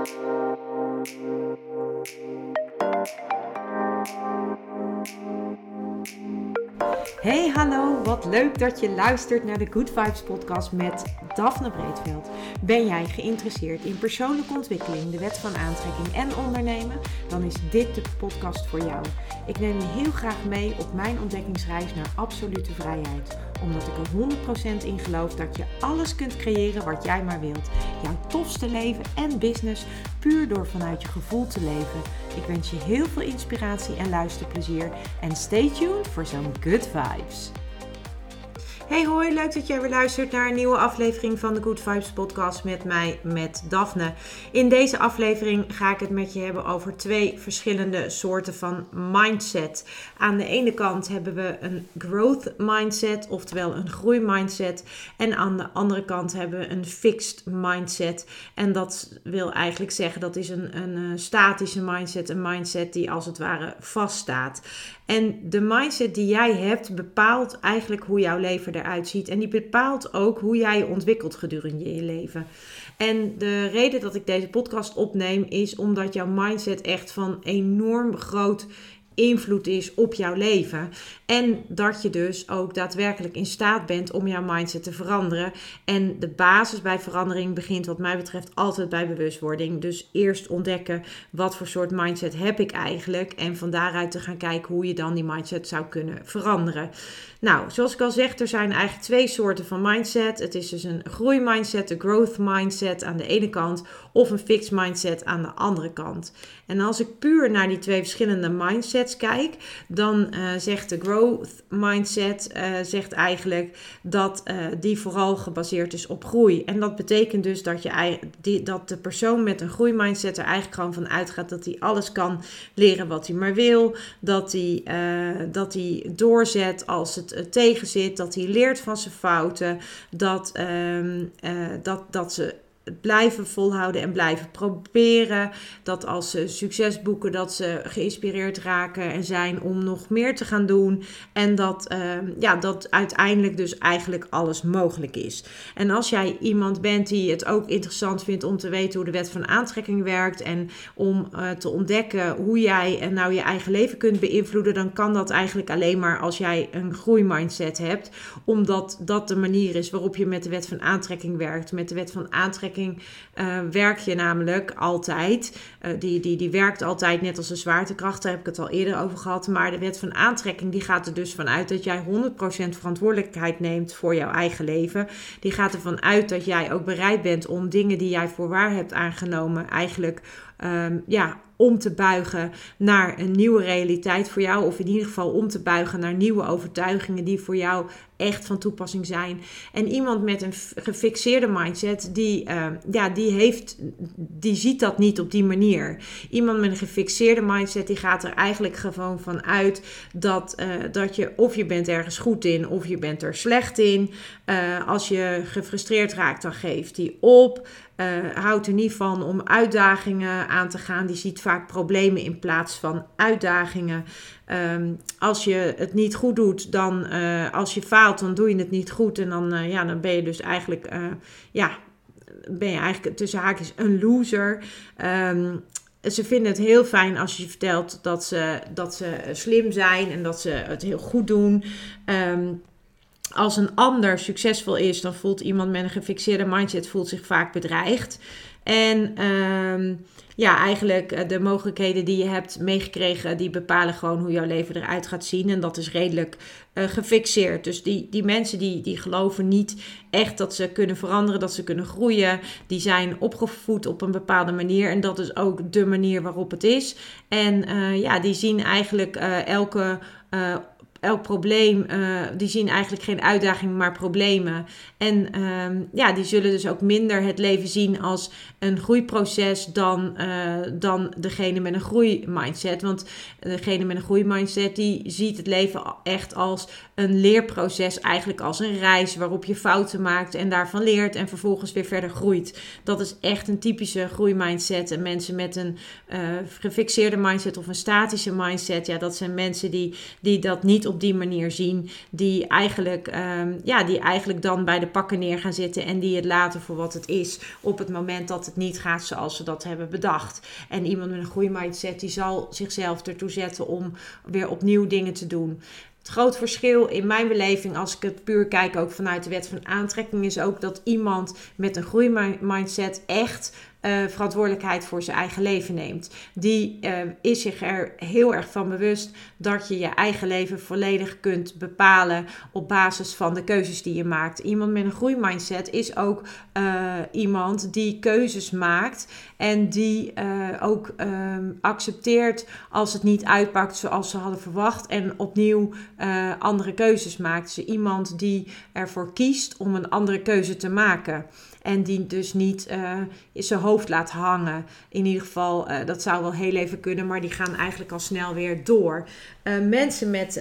Hey, hallo, wat leuk dat je luistert naar de Good Vibes podcast met Daphne Breedveld. Ben jij geïnteresseerd in persoonlijke ontwikkeling, de wet van aantrekking en ondernemen? Dan is dit de podcast voor jou. Ik neem je heel graag mee op mijn ontdekkingsreis naar absolute vrijheid. Omdat ik er 100% in geloof dat je alles kunt creëren wat jij maar wilt. Jouw tofste leven en business puur door vanuit je gevoel te leven. Ik wens je heel veel inspiratie en luisterplezier. En stay tuned voor zo'n good vibes. Hey hoi, leuk dat jij weer luistert naar een nieuwe aflevering van de Good Vibes podcast met mij, met Daphne. In deze aflevering ga ik het met je hebben over 2 verschillende soorten van mindset. Aan de ene kant hebben we een growth mindset, oftewel een groeimindset. En aan de andere kant hebben we een fixed mindset. En dat wil eigenlijk zeggen, dat is een statische mindset, een mindset die als het ware vaststaat. En de mindset die jij hebt bepaalt eigenlijk hoe jouw leven eruit ziet. En die bepaalt ook hoe jij je ontwikkelt gedurende je leven. En de reden dat ik deze podcast opneem is omdat jouw mindset echt van enorm groot invloed is op jouw leven. En dat je dus ook daadwerkelijk in staat bent om jouw mindset te veranderen. En de basis bij verandering begint wat mij betreft altijd bij bewustwording. Dus eerst ontdekken wat voor soort mindset heb ik eigenlijk. En van daaruit te gaan kijken hoe je dan die mindset zou kunnen veranderen. Nou, zoals ik al zeg, er zijn eigenlijk 2 soorten van mindset. Het is dus een groeimindset, een growth mindset aan de ene kant. Of een fixed mindset aan de andere kant. En als ik puur naar die 2 verschillende mindsets kijk, dan zegt de growth mindset zegt eigenlijk dat die vooral gebaseerd is op groei. En dat betekent dus dat de persoon met een groeimindset er eigenlijk gewoon van uitgaat dat hij alles kan leren wat hij maar wil. Dat hij doorzet als het tegenzit, dat hij leert van zijn fouten, dat ze blijven volhouden en blijven proberen. Dat als ze succes boeken, dat ze geïnspireerd raken en zijn om nog meer te gaan doen. En dat uiteindelijk dus eigenlijk alles mogelijk is. En als jij iemand bent die het ook interessant vindt om te weten hoe de wet van aantrekking werkt en om te ontdekken hoe jij nou je eigen leven kunt beïnvloeden, dan kan dat eigenlijk alleen maar als jij een groeimindset hebt. Omdat dat de manier is waarop je met de wet van aantrekking werkt. Met de wet van aantrekking werk je namelijk altijd. Die werkt altijd net als de zwaartekracht. Daar heb ik het al eerder over gehad. Maar de wet van aantrekking die gaat er dus vanuit dat jij 100% verantwoordelijkheid neemt voor jouw eigen leven. Die gaat ervan uit dat jij ook bereid bent om dingen die jij voor waar hebt aangenomen eigenlijk om te buigen naar een nieuwe realiteit voor jou. Of in ieder geval om te buigen naar nieuwe overtuigingen die voor jou echt van toepassing zijn. En iemand met een gefixeerde mindset, die ziet dat niet op die manier. Iemand met een gefixeerde mindset, die gaat er eigenlijk gewoon van uit dat je of je bent ergens goed in of je bent er slecht in. Als je gefrustreerd raakt, dan geeft hij op. Houdt er niet van om uitdagingen aan te gaan. Die ziet vaak problemen in plaats van uitdagingen. Als je het niet goed doet, dan als je faalt, dan doe je het niet goed. En dan ben je dus eigenlijk, tussen haakjes een loser. Ze vinden het heel fijn als je je vertelt dat ze slim zijn en dat ze het heel goed doen. Als een ander succesvol is, dan voelt iemand met een gefixeerde mindset zich vaak bedreigd. En eigenlijk de mogelijkheden die je hebt meegekregen, die bepalen gewoon hoe jouw leven eruit gaat zien. En dat is redelijk gefixeerd. Dus die mensen die geloven niet echt dat ze kunnen veranderen, dat ze kunnen groeien. Die zijn opgevoed op een bepaalde manier. En dat is ook de manier waarop het is. En die zien eigenlijk elk probleem, die zien eigenlijk geen uitdaging, maar problemen. En die zullen dus ook minder het leven zien als een groeiproces dan degene met een groeimindset. Want degene met een groeimindset, die ziet het leven echt als een leerproces, eigenlijk als een reis waarop je fouten maakt en daarvan leert en vervolgens weer verder groeit. Dat is echt een typische groeimindset. En mensen met een gefixeerde mindset of een statische mindset, dat zijn mensen die dat niet op op die manier zien, die eigenlijk dan bij de pakken neer gaan zitten en die het laten voor wat het is op het moment dat het niet gaat zoals ze dat hebben bedacht. En iemand met een groeimindset die zal zichzelf ertoe zetten om weer opnieuw dingen te doen. Het groot verschil in mijn beleving, als ik het puur kijk ook vanuit de wet van aantrekking, is ook dat iemand met een groeimindset echt verantwoordelijkheid voor zijn eigen leven neemt. Die is zich er heel erg van bewust dat je je eigen leven volledig kunt bepalen op basis van de keuzes die je maakt. Iemand met een groeimindset is ook iemand die keuzes maakt en die ook accepteert als het niet uitpakt zoals ze hadden verwacht en opnieuw andere keuzes maakt. Dus iemand die ervoor kiest om een andere keuze te maken. En die dus niet zijn hoofd laat hangen. In ieder geval, dat zou wel heel even kunnen, maar die gaan eigenlijk al snel weer door. Mensen met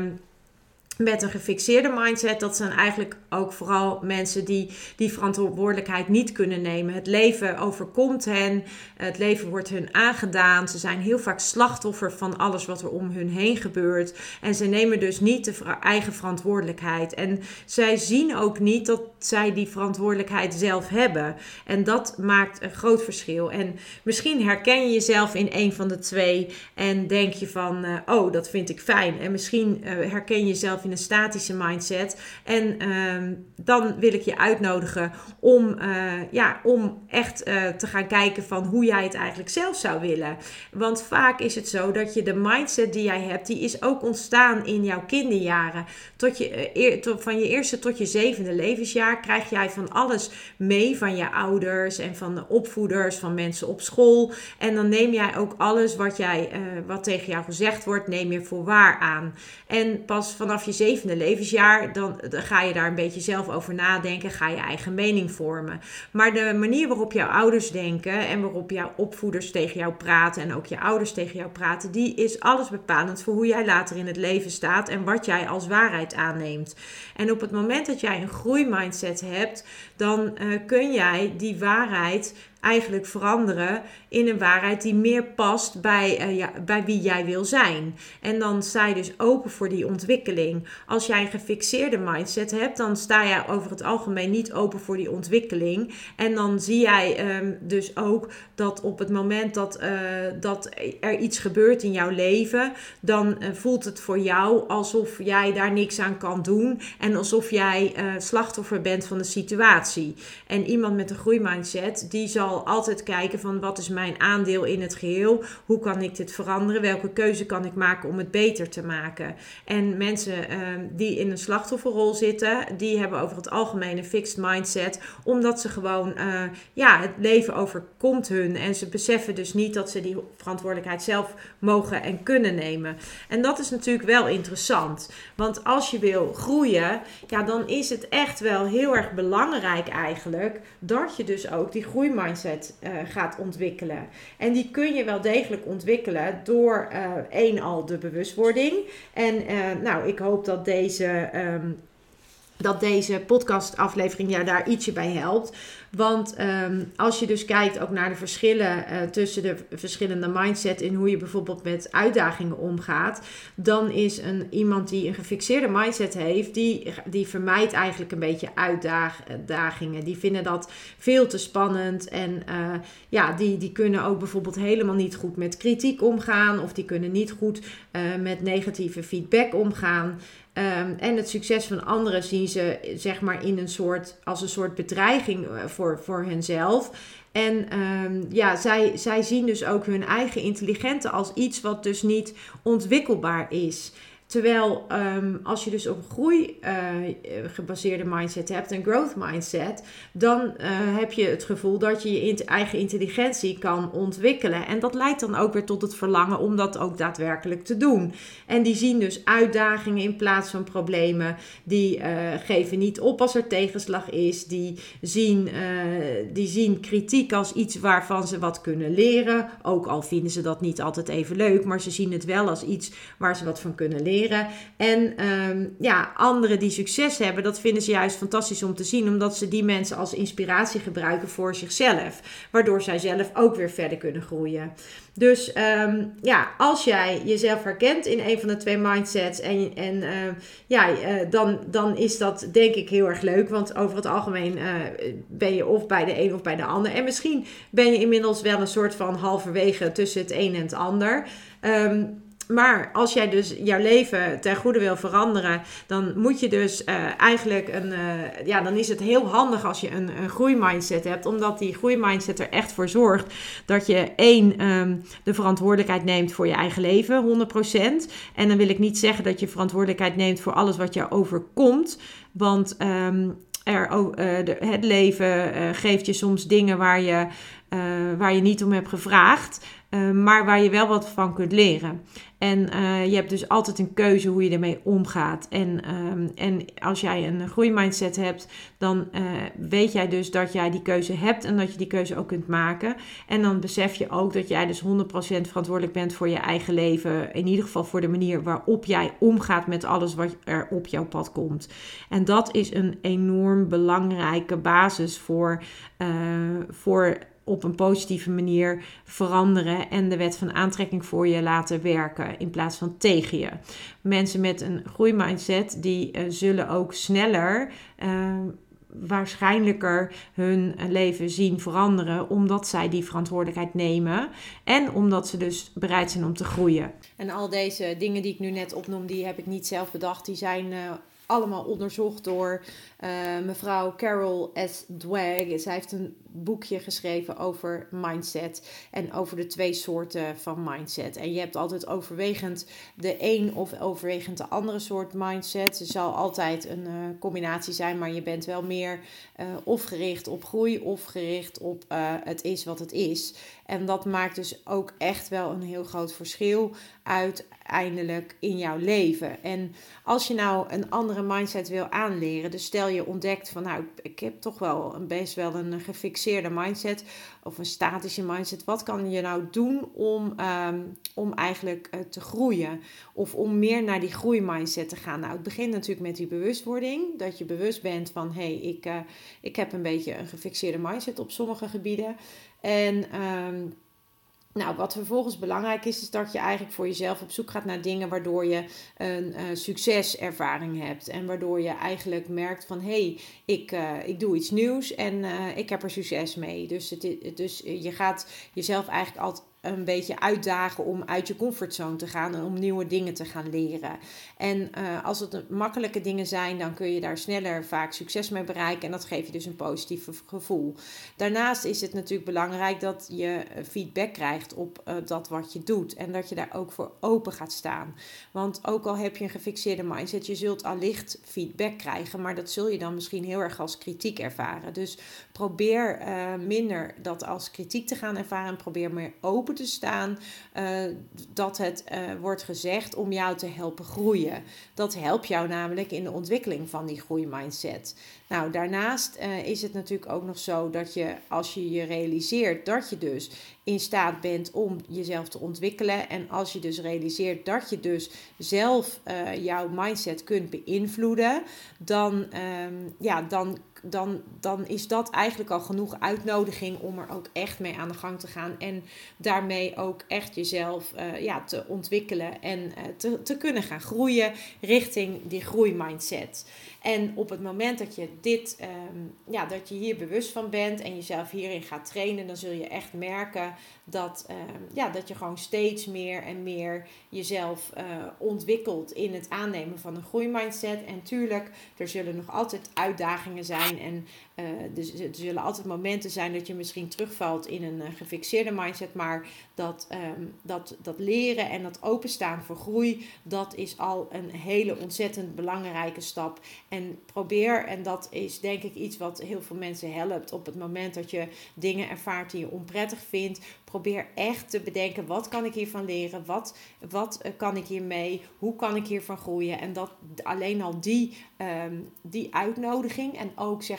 een gefixeerde mindset, dat zijn eigenlijk ook vooral mensen die verantwoordelijkheid niet kunnen nemen. Het leven overkomt hen, het leven wordt hun aangedaan. Ze zijn heel vaak slachtoffer van alles wat er om hun heen gebeurt. En ze nemen dus niet de eigen verantwoordelijkheid. En zij zien ook niet dat zij die verantwoordelijkheid zelf hebben. En dat maakt een groot verschil. En misschien herken je jezelf in een van de twee en denk je van, dat vind ik fijn. En misschien herken je jezelf in een statische mindset. En dan wil ik je uitnodigen om echt te gaan kijken van hoe jij het eigenlijk zelf zou willen. Want vaak is het zo dat je de mindset die jij hebt, die is ook ontstaan in jouw kinderjaren. Van je eerste tot je 7e levensjaar krijg jij van alles mee van je ouders en van de opvoeders, van mensen op school. En dan neem jij ook alles wat tegen jou gezegd wordt, neem je voor waar aan. En pas vanaf je 7e levensjaar, dan ga je daar een beetje zelf over nadenken, ga je eigen mening vormen. Maar de manier waarop jouw ouders denken en waarop jouw opvoeders tegen jou praten en ook je ouders tegen jou praten, die is alles bepalend voor hoe jij later in het leven staat en wat jij als waarheid aanneemt. En op het moment dat jij een groeimindset hebt, dan kun jij die waarheid eigenlijk veranderen in een waarheid die meer past bij wie jij wil zijn. En dan sta je dus open voor die ontwikkeling. Als jij een gefixeerde mindset hebt, dan sta je over het algemeen niet open voor die ontwikkeling. En dan zie jij dus ook dat op het moment dat er iets gebeurt in jouw leven, dan voelt het voor jou alsof jij daar niks aan kan doen en alsof jij slachtoffer bent van de situatie. En iemand met een groeimindset, die zal altijd kijken van wat is mijn aandeel in het geheel? Hoe kan ik dit veranderen? Welke keuze kan ik maken om het beter te maken? En mensen die in een slachtofferrol zitten, die hebben over het algemeen een fixed mindset, omdat ze gewoon, het leven overkomt hun en ze beseffen dus niet dat ze die verantwoordelijkheid zelf mogen en kunnen nemen. En dat is natuurlijk wel interessant, want als je wil groeien, dan is het echt wel heel erg belangrijk eigenlijk dat je dus ook die groeimindset gaat ontwikkelen. En die kun je wel degelijk ontwikkelen door al de bewustwording. En ik hoop dat deze podcastaflevering jou daar ietsje bij helpt. Want als je dus kijkt ook naar de verschillen tussen de verschillende mindset in hoe je bijvoorbeeld met uitdagingen omgaat, dan is iemand die een gefixeerde mindset heeft, die vermijdt eigenlijk een beetje uitdagingen. Die vinden dat veel te spannend en die kunnen ook bijvoorbeeld helemaal niet goed met kritiek omgaan of die kunnen niet goed met negatieve feedback omgaan. En het succes van anderen zien ze zeg maar als een soort bedreiging voor henzelf. En zij zien dus ook hun eigen intelligente als iets wat dus niet ontwikkelbaar is. Terwijl als je dus op groei gebaseerde mindset hebt, een growth mindset, dan heb je het gevoel dat je je eigen intelligentie kan ontwikkelen. En dat leidt dan ook weer tot het verlangen om dat ook daadwerkelijk te doen. En die zien dus uitdagingen in plaats van problemen. Die geven niet op als er tegenslag is. Die zien kritiek als iets waarvan ze wat kunnen leren. Ook al vinden ze dat niet altijd even leuk, maar ze zien het wel als iets waar ze wat van kunnen leren. inspireren. En anderen die succes hebben, dat vinden ze juist fantastisch om te zien. Omdat ze die mensen als inspiratie gebruiken voor zichzelf. Waardoor zij zelf ook weer verder kunnen groeien. Dus als jij jezelf herkent in een van de 2 mindsets dan is dat denk ik heel erg leuk. Want over het algemeen ben je of bij de een of bij de ander. En misschien ben je inmiddels wel een soort van halverwege tussen het een en het ander. Maar als jij dus jouw leven ten goede wil veranderen, dan moet je dus dan is het heel handig als je een groeimindset hebt. Omdat die groeimindset er echt voor zorgt dat je de verantwoordelijkheid neemt voor je eigen leven, 100%. En dan wil ik niet zeggen dat je verantwoordelijkheid neemt voor alles wat je overkomt. Want het leven geeft je soms dingen waar je niet om hebt gevraagd. Maar waar je wel wat van kunt leren. En je hebt dus altijd een keuze hoe je ermee omgaat. En als jij een groeimindset hebt, dan weet jij dus dat jij die keuze hebt en dat je die keuze ook kunt maken. En dan besef je ook dat jij dus 100% verantwoordelijk bent voor je eigen leven. In ieder geval voor de manier waarop jij omgaat met alles wat er op jouw pad komt. En dat is een enorm belangrijke basis voor op een positieve manier veranderen en de wet van aantrekking voor je laten werken in plaats van tegen je. Mensen met een groeimindset die zullen ook sneller waarschijnlijker hun leven zien veranderen, omdat zij die verantwoordelijkheid nemen en omdat ze dus bereid zijn om te groeien. En al deze dingen die ik nu net opnoem, die heb ik niet zelf bedacht. Die zijn allemaal onderzocht door mevrouw Carol S. Dweck. Zij heeft een boekje geschreven over mindset en over de 2 soorten van mindset. En je hebt altijd overwegend de een of overwegend de andere soort mindset. Het zal altijd een combinatie zijn, maar je bent wel meer of gericht op groei of gericht op het is wat het is. En dat maakt dus ook echt wel een heel groot verschil uiteindelijk in jouw leven. En als je nou een andere mindset wil aanleren, dus stel je ontdekt van ik heb toch wel best wel een gefixeerde mindset of een statische mindset. Wat kan je nou doen om eigenlijk te groeien of om meer naar die groeimindset te gaan? Nou, het begint natuurlijk met die bewustwording. Dat je bewust bent van ik heb een beetje een gefixeerde mindset op sommige gebieden. En wat vervolgens belangrijk is dat je eigenlijk voor jezelf op zoek gaat naar dingen waardoor je een succeservaring hebt. En waardoor je eigenlijk merkt van ik doe iets nieuws en ik heb er succes mee. Dus je gaat jezelf eigenlijk altijd een beetje uitdagen om uit je comfortzone te gaan en om nieuwe dingen te gaan leren. En als het makkelijke dingen zijn, dan kun je daar sneller vaak succes mee bereiken en dat geeft je dus een positief gevoel. Daarnaast is het natuurlijk belangrijk dat je feedback krijgt op dat wat je doet en dat je daar ook voor open gaat staan. Want ook al heb je een gefixeerde mindset, je zult allicht feedback krijgen, maar dat zul je dan misschien heel erg als kritiek ervaren. Dus probeer minder dat als kritiek te gaan ervaren en probeer meer open te staan dat het wordt gezegd om jou te helpen groeien. Dat helpt jou namelijk in de ontwikkeling van die groeimindset. Nou, daarnaast is het natuurlijk ook nog zo dat je, als je je realiseert dat je dus in staat bent om jezelf te ontwikkelen en als je dus realiseert dat je dus zelf jouw mindset kunt beïnvloeden, dan is dat eigenlijk al genoeg uitnodiging om er ook echt mee aan de gang te gaan. En daarmee ook echt jezelf te ontwikkelen en te kunnen gaan groeien richting die groeimindset. En op het moment dat je dat je hier bewust van bent en jezelf hierin gaat trainen, dan zul je echt merken dat je gewoon steeds meer en meer jezelf ontwikkelt in het aannemen van een groeimindset. En tuurlijk, er zullen nog altijd uitdagingen zijn en er zullen altijd momenten zijn dat je misschien terugvalt in een gefixeerde mindset, maar dat leren en dat openstaan voor groei, dat is al een hele ontzettend belangrijke stap. En probeer, en dat is denk ik iets wat heel veel mensen helpt op het moment dat je dingen ervaart die je onprettig vindt, probeer echt te bedenken, wat kan ik hiervan leren, wat kan ik hiermee, hoe kan ik hiervan groeien. En dat alleen al die uitnodiging en ook zeg maar de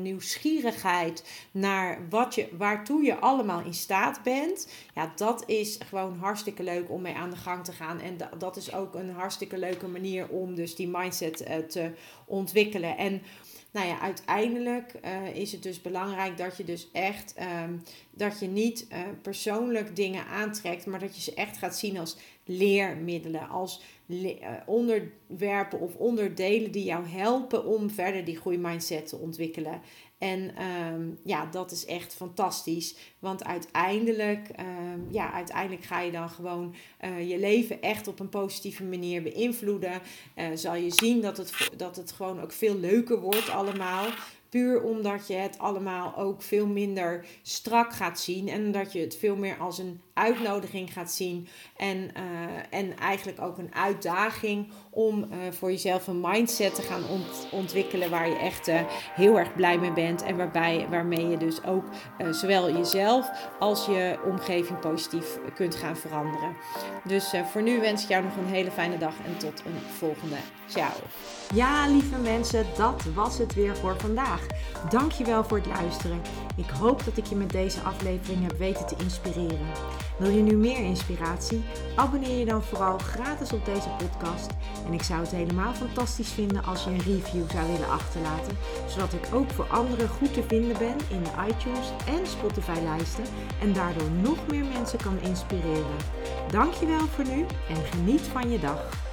nieuwsgierigheid naar waartoe je allemaal in staat bent. Ja, dat is gewoon hartstikke leuk om mee aan de gang te gaan. En dat is ook een hartstikke leuke manier om dus die mindset te ontwikkelen. En nou ja, uiteindelijk is het dus belangrijk dat je dus echt, dat je niet persoonlijk dingen aantrekt, maar dat je ze echt gaat zien als leermiddelen, als onderwerpen of onderdelen die jou helpen om verder die groeimindset te ontwikkelen. En dat is echt fantastisch. Want uiteindelijk ga je dan gewoon je leven echt op een positieve manier beïnvloeden. Zal je zien dat het gewoon ook veel leuker wordt allemaal. Puur omdat je het allemaal ook veel minder strak gaat zien. En dat je het veel meer als een uitnodiging gaat zien. En eigenlijk ook een uitdaging om voor jezelf een mindset te gaan ontwikkelen. Waar je echt heel erg blij mee bent. En waarmee je dus ook zowel jezelf als je omgeving positief kunt gaan veranderen. Dus voor nu wens ik jou nog een hele fijne dag. En tot een volgende. Ciao. Ja, lieve mensen, dat was het weer voor vandaag. Dankjewel voor het luisteren. Ik hoop dat ik je met deze aflevering heb weten te inspireren. Wil je nu meer inspiratie? Abonneer je dan vooral gratis op deze podcast. En ik zou het helemaal fantastisch vinden als je een review zou willen achterlaten. Zodat ik ook voor anderen goed te vinden ben in de iTunes en Spotify lijsten. En daardoor nog meer mensen kan inspireren. Dankjewel voor nu en geniet van je dag.